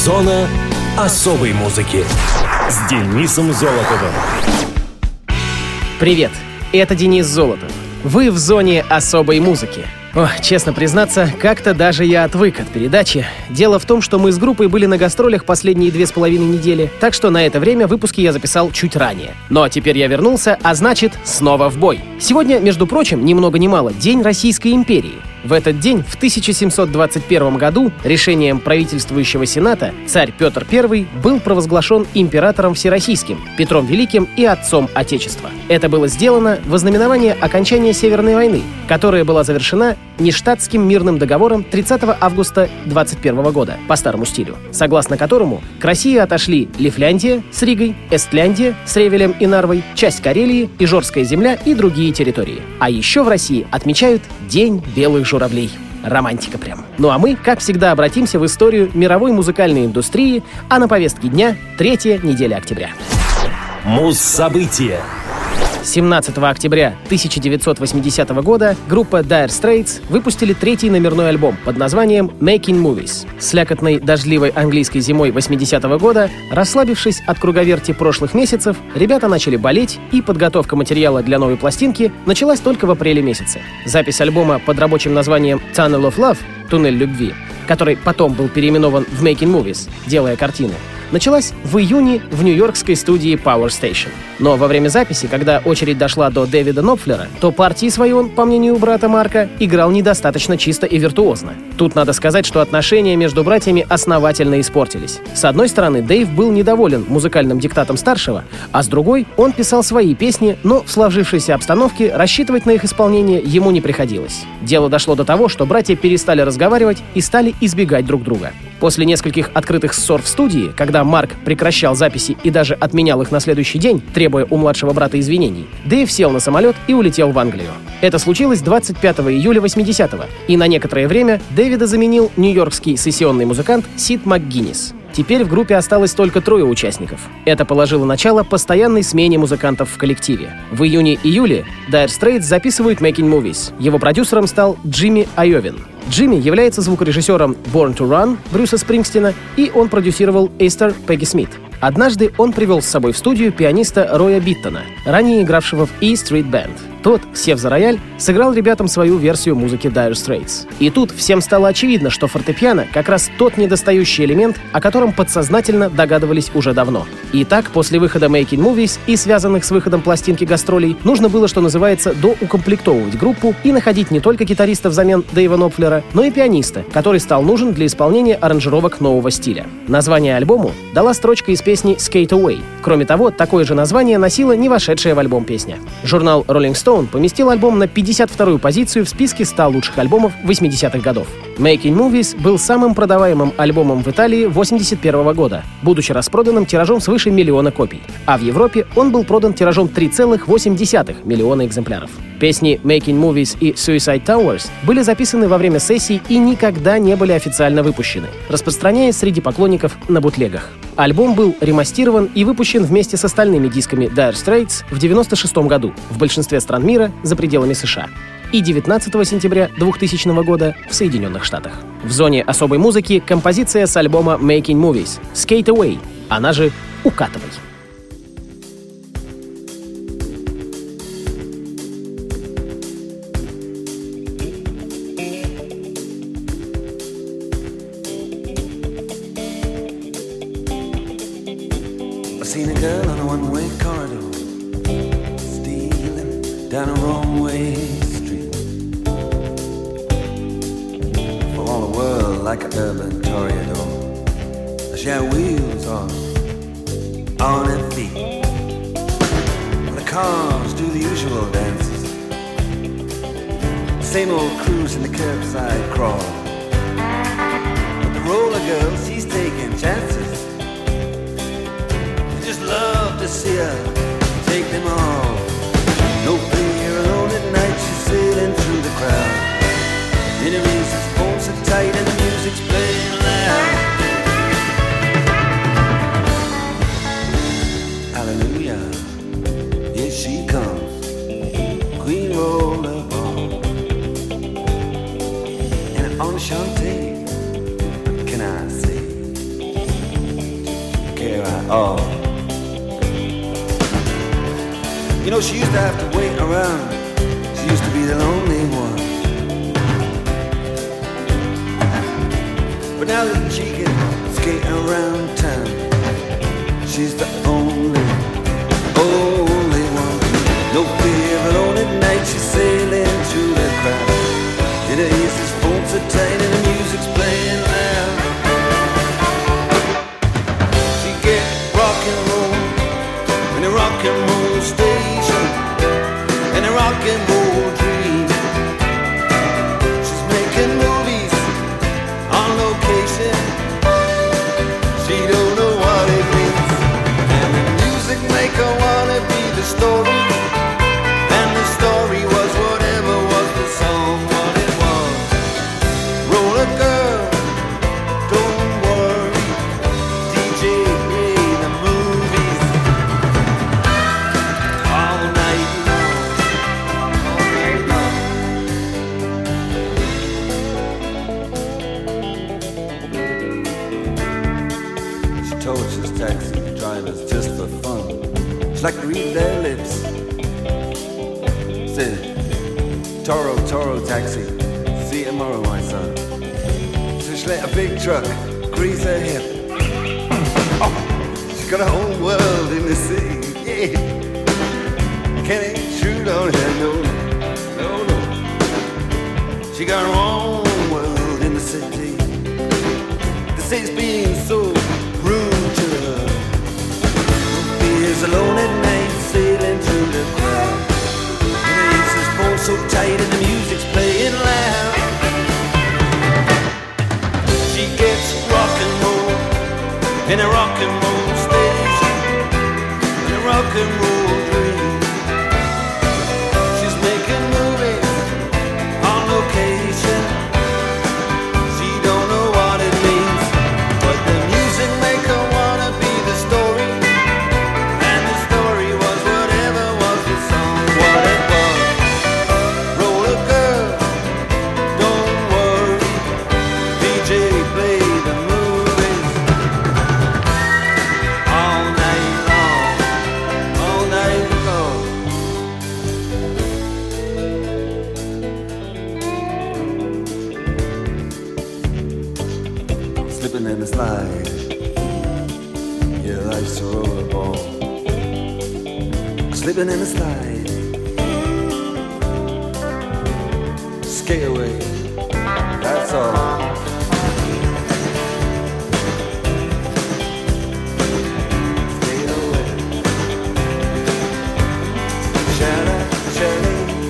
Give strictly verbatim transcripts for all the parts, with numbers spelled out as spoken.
Зона особой музыки с Денисом Золотовым. Привет, это Денис Золотов. Вы в зоне особой музыки. Ох, честно признаться, как-то даже я отвык от передачи. Дело в том, что мы с группой были на гастролях последние две с половиной недели, так что на это время выпуски я записал чуть ранее. Но теперь я вернулся, а значит, снова в бой. Сегодня, между прочим, ни много ни мало, День Российской империи. В этот день, в тысяча семьсот двадцать первом году, решением правительствующего Сената царь Петр Первый был провозглашен императором всероссийским, Петром Великим и отцом Отечества. Это было сделано во знаменование окончания Северной войны, которая была завершена Ништадтским мирным договором тридцатого августа двадцать первого года по старому стилю, согласно которому к России отошли Лифляндия с Ригой, Эстляндия с Ревелем и Нарвой, часть Карелии, Ижорская земля и другие территории. А еще в России отмечают День белых журавлей. Романтика прям. Ну а мы, как всегда, обратимся в историю мировой музыкальной индустрии, а на повестке дня третья неделя октября. Муз-события. семнадцатого октября тысяча девятьсот восьмидесятого года группа Dire Straits выпустили третий номерной альбом под названием Making Movies. Слякотной дождливой английской зимой восьмидесятого года, расслабившись от круговерти прошлых месяцев, ребята начали болеть, и подготовка материала для новой пластинки началась только в апреле месяце. Запись альбома под рабочим названием Tunnel of Love — «Туннель любви», который потом был переименован в Making Movies — «Делая картину», началась в июне в нью-йоркской студии Power Station. Но во время записи, когда очередь дошла до Дэвида Нопфлера, то партии свои он, по мнению брата Марка, играл недостаточно чисто и виртуозно. Тут надо сказать, что отношения между братьями основательно испортились. С одной стороны, Дэйв был недоволен музыкальным диктатом старшего, а с другой, он писал свои песни, но в сложившейся обстановке рассчитывать на их исполнение ему не приходилось. Дело дошло до того, что братья перестали разговаривать и стали избегать друг друга. После нескольких открытых ссор в студии, когда Марк прекращал записи и даже отменял их на следующий день, требуя у младшего брата извинений, Дэйв сел на самолет и улетел в Англию. Это случилось двадцать пятого июля восьмидесятого, и на некоторое время Дэвида заменил нью-йоркский сессионный музыкант Сид МакГиннис. Теперь в группе осталось только трое участников. Это положило начало постоянной смене музыкантов в коллективе. В июне-июле Dire Straits записывают Making Movies. Его продюсером стал Джимми Айовин. Джимми является звукорежиссером Born to Run Брюса Спрингстина, и он продюсировал Эстер Пегги Смит. Однажды он привел с собой в студию пианиста Роя Биттона, ранее игравшего в E Street Band. Тот, сев за рояль, сыграл ребятам свою версию музыки Dire Straits. И тут всем стало очевидно, что фортепиано как раз тот недостающий элемент, о котором подсознательно догадывались уже давно. И так, после выхода Making Movies и связанных с выходом пластинки гастролей, нужно было, что называется, доукомплектовывать группу и находить не только гитариста взамен Дэйва Нопфлера, но и пианиста, который стал нужен для исполнения аранжировок нового стиля. Название альбому дала строчка из песни Skate Away. Кроме того, такое же название носила не вошедшая в альбом песня. Журнал Rolling Stone поместил альбом на пятьдесят вторую позицию в списке ста лучших альбомов восьмидесятых годов. Making Movies был самым продаваемым альбомом в Италии восемьдесят первого года, будучи распроданным тиражом свыше миллиона копий. А в Европе он был продан тиражом три целых восемь десятых миллиона экземпляров. Песни Making Movies и Suicide Towers были записаны во время сессий и никогда не были официально выпущены, распространяясь среди поклонников на бутлегах. Альбом был ремастирован и выпущен вместе с остальными дисками Dire Straits в девяносто шестом году в большинстве стран мира за пределами США и девятнадцатого сентября двухтысячного года в Соединенных Штатах. В зоне особой музыки композиция с альбома Making Movies Skate Away, она же «Укатывай». Seen a girl on a one-way corridor, stealing down a wrong-way street. For all the world like an urban toreador, she had wheels on, on her feet. The cars do the usual dances, same old cruise in the curbside crawl. But the roller girl, she's taking chances. Love to see her take them all. No fear, alone at night, she's sailing through the crowd. Enemies, his phones are tight and the music's playing loud. Hallelujah, here she comes, Queen Rollerball. And Enchante, what can I say? all. You know, she used to have to wait around. She used to be the lonely one. But now that she can skate around town, she's the only, only one. No fear alone at night, she's sailing through the crowd. In her ears, his phone's so tight and the music's playing loud. She gets rock and roll in a rock and roll station, in a rock and roll dream. She's making movies on location. She don't know what it means. And the music maker wanna be the story. And the story was whatever was the song, what it was. Roll a girl, don't worry. D J play the movies all night long, all night long. She tortures taxi drivers just for fun. She like to read their lips. Said, Toro, Toro taxi, see you tomorrow, my son. So she let a big truck grease her hip. Oh, she got her own world in the city, yeah. Can't intrude on her, no, no, no. She got her own world in the city. The city's being so rude to her. She is alone at night, sailing through the crowd. So tight and the music's playing loud. She gets rock and roll in a rock and roll station, in a rock and roll dream. She's making movies on location. She don't know what it means, but the music maker wanna be the story. And the story was whatever was the song, what it was. Slipping in the slide, yeah, life's a rollerball. Slipping in the slide, skate away, that's all. Skate away, shadow, shadow.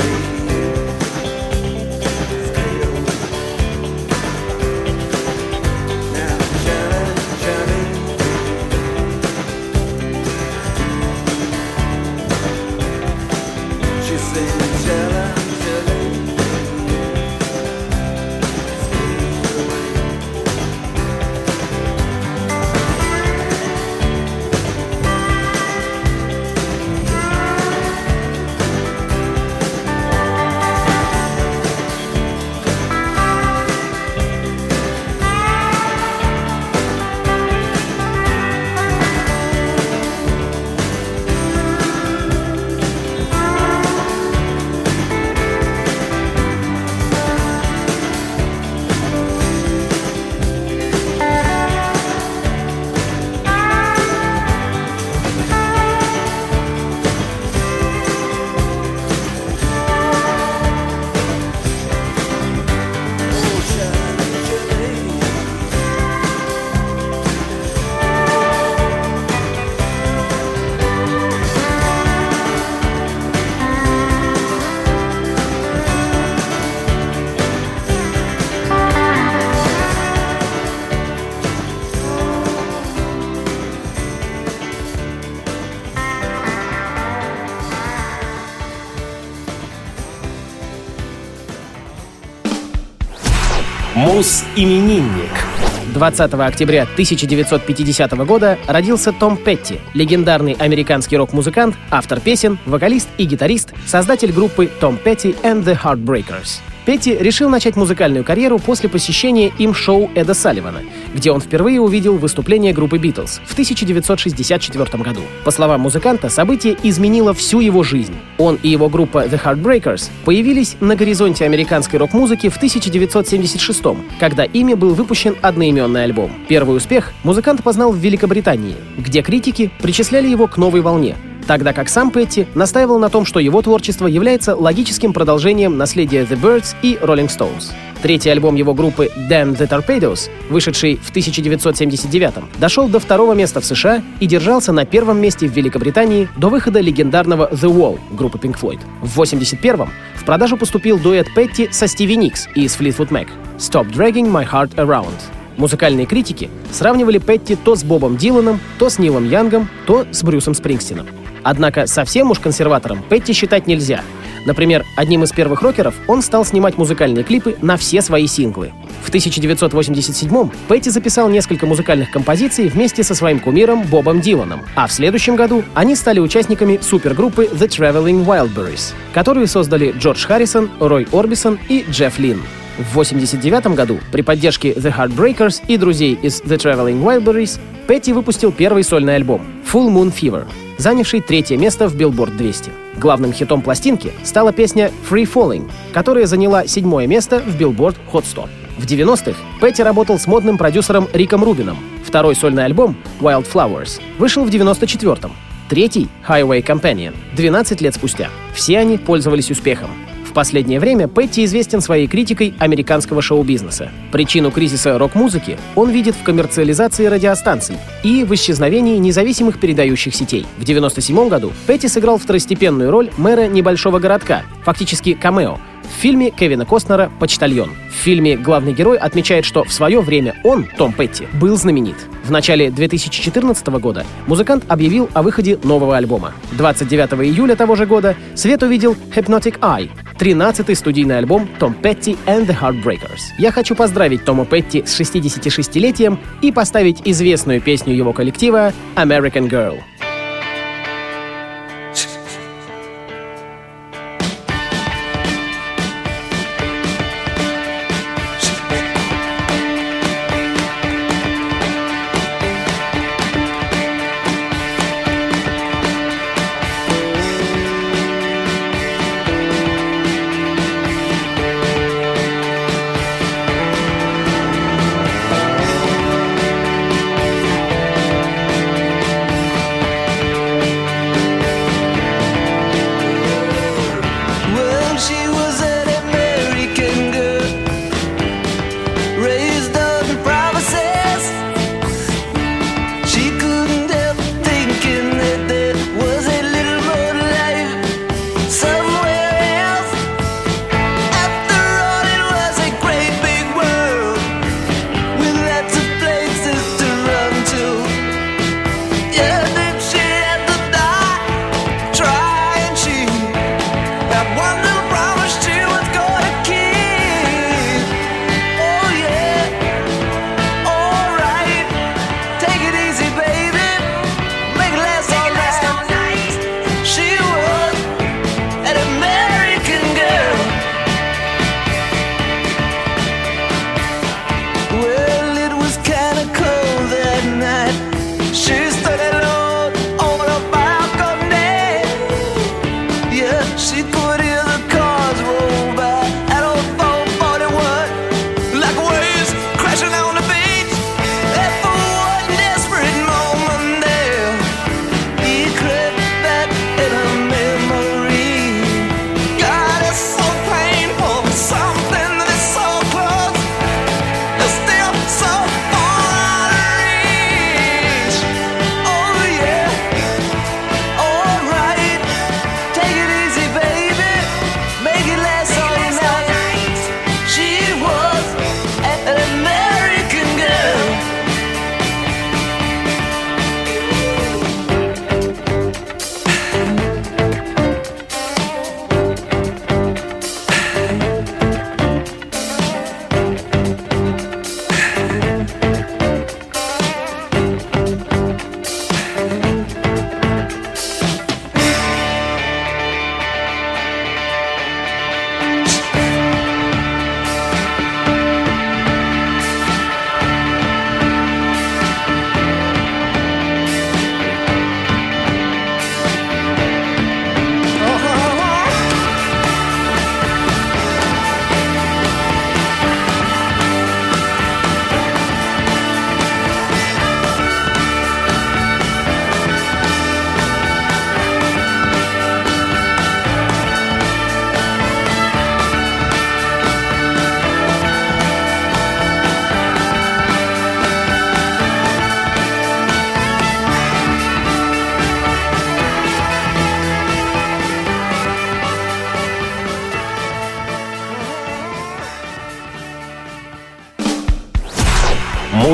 Муз-именинник. двадцатого октября тысяча девятьсот пятидесятого года родился Том Петти, легендарный американский рок-музыкант, автор песен, вокалист и гитарист, создатель группы Tom Petty and the Heartbreakers. Петти решил начать музыкальную карьеру после посещения им шоу Эда Салливана, где он впервые увидел выступление группы Beatles в тысяча девятьсот шестьдесят четвёртом году. По словам музыканта, событие изменило всю его жизнь. Он и его группа The Heartbreakers появились на горизонте американской рок-музыки в тысяча девятьсот семьдесят шестом, когда ими был выпущен одноименный альбом. Первый успех музыкант познал в Великобритании, где критики причисляли его к новой волне, тогда как сам Петти настаивал на том, что его творчество является логическим продолжением наследия The Byrds и Rolling Stones. Третий альбом его группы Damn the Torpedoes, вышедший в тысяча девятьсот семьдесят девятом, дошел до второго места в США и держался на первом месте в Великобритании до выхода легендарного The Wall группы Pink Floyd. В восемьдесят первом в продажу поступил дуэт Петти со Стиви Никс из Fleetwood Mac «Stop Dragging My Heart Around». Музыкальные критики сравнивали Петти то с Бобом Диланом, то с Нилом Янгом, то с Брюсом Спрингстином. Однако совсем уж консерватором Петти считать нельзя. Например, одним из первых рокеров он стал снимать музыкальные клипы на все свои синглы. В тысяча девятьсот восемьдесят седьмом Петти записал несколько музыкальных композиций вместе со своим кумиром Бобом Диланом, а в следующем году они стали участниками супергруппы The Traveling Wildberries, которую создали Джордж Харрисон, Рой Орбисон и Джефф Линн. В восемьдесят девятом году при поддержке The Heartbreakers и друзей из The Traveling Wildberries Петти выпустил первый сольный альбом Full Moon Fever, занявший третье место в Billboard двести. Главным хитом пластинки стала песня Free Falling, которая заняла седьмое место в Billboard Hot сто. В девяностых Петти работал с модным продюсером Риком Рубином. Второй сольный альбом Wild Flowers вышел в девяносто четвёртом. Третий Highway Companion двенадцать лет спустя. Все они пользовались успехом. В последнее время Петти известен своей критикой американского шоу-бизнеса. Причину кризиса рок-музыки он видит в коммерциализации радиостанций и в исчезновении независимых передающих сетей. В девяносто седьмом году Петти сыграл второстепенную роль мэра небольшого городка, фактически камео, в фильме Кевина Костнера «Почтальон». В фильме главный герой отмечает, что в свое время он, Том Петти, был знаменит. В начале две тысячи четырнадцатого года музыкант объявил о выходе нового альбома. двадцать девятого июля того же года свет увидел Hypnotic Eye, тринадцатый студийный альбом Tom Petty and the Heartbreakers. Я хочу поздравить Тома Петти с шестидесятишестилетием и поставить известную песню его коллектива «American Girl».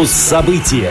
Муз-события.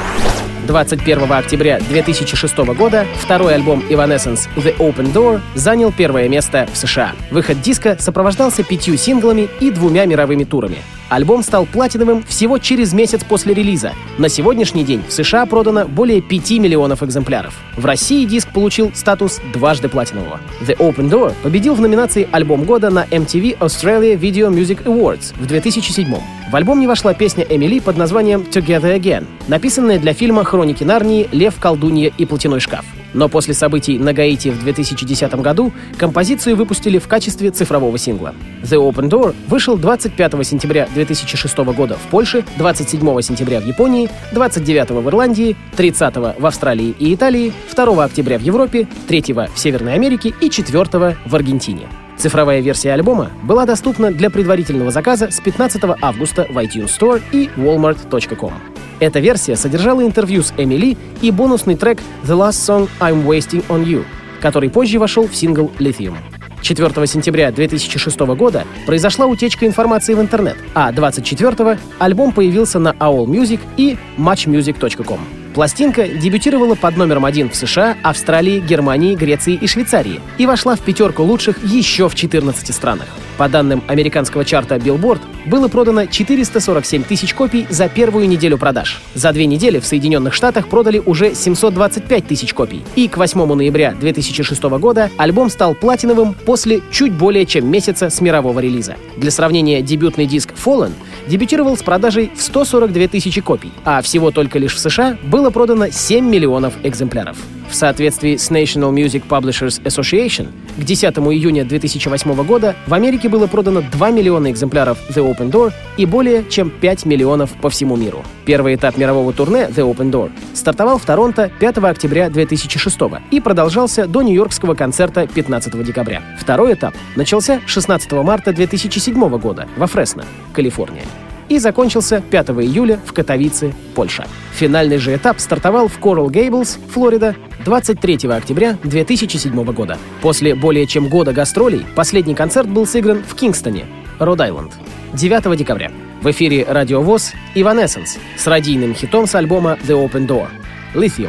двадцать первого октября две тысячи шестого года второй альбом Evanescence The Open Door занял первое место в США. Выход диска сопровождался пятью синглами и двумя мировыми турами. Альбом стал платиновым всего через месяц после релиза. На сегодняшний день в США продано более пяти миллионов экземпляров. В России диск получил статус дважды платинового. The Open Door победил в номинации «Альбом года» на эм ти ви Australia Video Music Awards в две тысячи седьмом. В альбом не вошла песня Эмили под названием Together Again, написанная для фильма «Хроники Нарнии. Лев, колдунья и платяной шкаф». Но после событий на Гаити в две тысячи десятом году композицию выпустили в качестве цифрового сингла. The Open Door вышел двадцать пятого сентября две тысячи шестого года в Польше, двадцать седьмого сентября в Японии, двадцать девятого в Ирландии, тридцатого в Австралии и Италии, второго октября в Европе, третьего в Северной Америке и четвертого в Аргентине. Цифровая версия альбома была доступна для предварительного заказа с пятнадцатого августа в iTunes Store и walmart точка ком. Эта версия содержала интервью с Эмили и бонусный трек «The Last Song I'm Wasting on You», который позже вошел в сингл «Lithium». четвертого сентября две тысячи шестого года произошла утечка информации в интернет, а двадцать четвертого альбом появился на эй о эл Music и матч мьюзик точка ком. Пластинка дебютировала под номером один в США, Австралии, Германии, Греции и Швейцарии и вошла в пятерку лучших еще в четырнадцати странах. По данным американского чарта Billboard, было продано четыреста сорок семь тысяч копий за первую неделю продаж. За две недели в Соединенных Штатах продали уже семьсот двадцать пять тысяч копий. И к восьмому ноября две тысячи шестого года альбом стал платиновым после чуть более чем месяца с мирового релиза. Для сравнения, дебютный диск Fallen дебютировал с продажей в сто сорок две тысячи копий, а всего только лишь в США было продано семь миллионов экземпляров. В соответствии с National Music Publishers Association, к десятому июня две тысячи восьмого года в Америке было продано два миллиона экземпляров The Open Door и более чем пять миллионов по всему миру. Первый этап мирового турне The Open Door стартовал в Торонто пятого октября две тысячи шестого и продолжался до нью-йоркского концерта пятнадцатого декабря. Второй этап начался шестнадцатого марта две тысячи седьмого года во Фресно, Калифорния, и закончился пятого июля в Катовице, Польша. Финальный же этап стартовал в Коралл Гейблс, Флорида, двадцать третьего октября две тысячи седьмого года. После более чем года гастролей последний концерт был сыгран в Кингстоне, Род-Айленд, девятого декабря. В эфире Радио ВОС Evanescence с радийным хитом с альбома The Open Door «Lithium».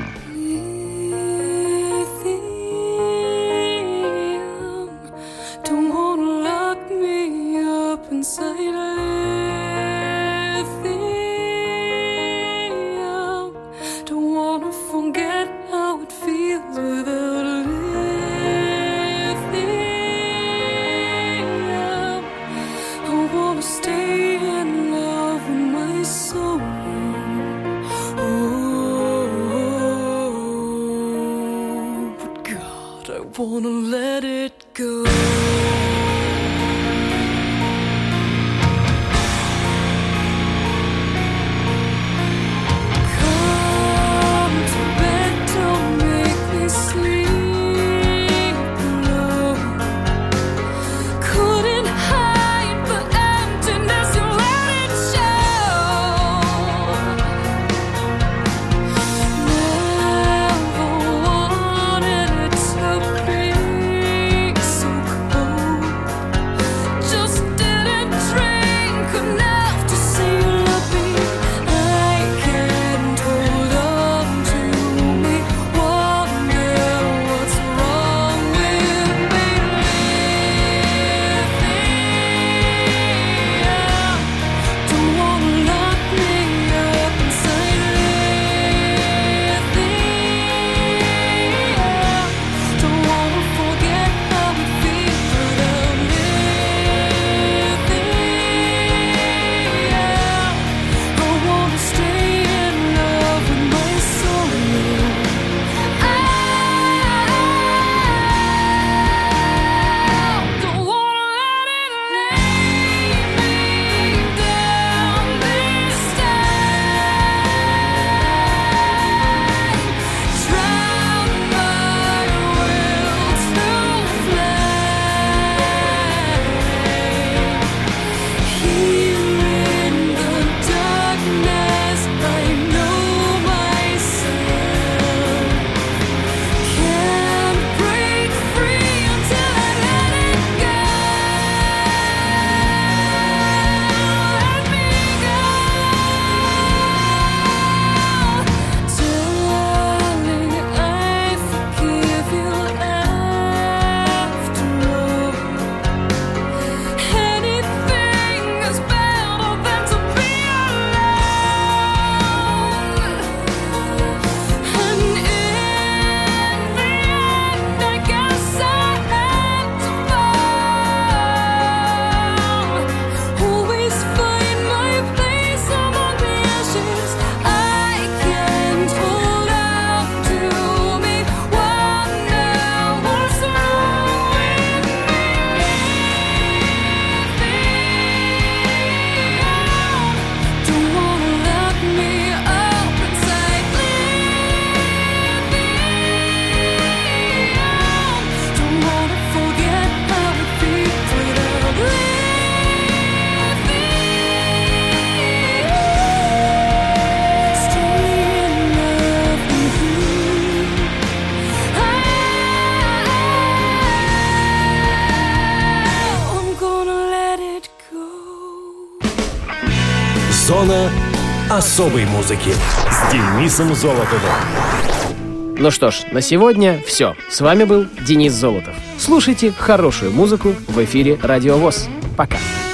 Wanna let it go. Come to bed, don't make me sleep alone. Couldn't hide the emptiness and let it show. Never wanted it to be Зона особой музыки с Денисом Золотовым. Ну что ж, на сегодня все. С вами был Денис Золотов. Слушайте хорошую музыку в эфире Радио ВОС. Пока.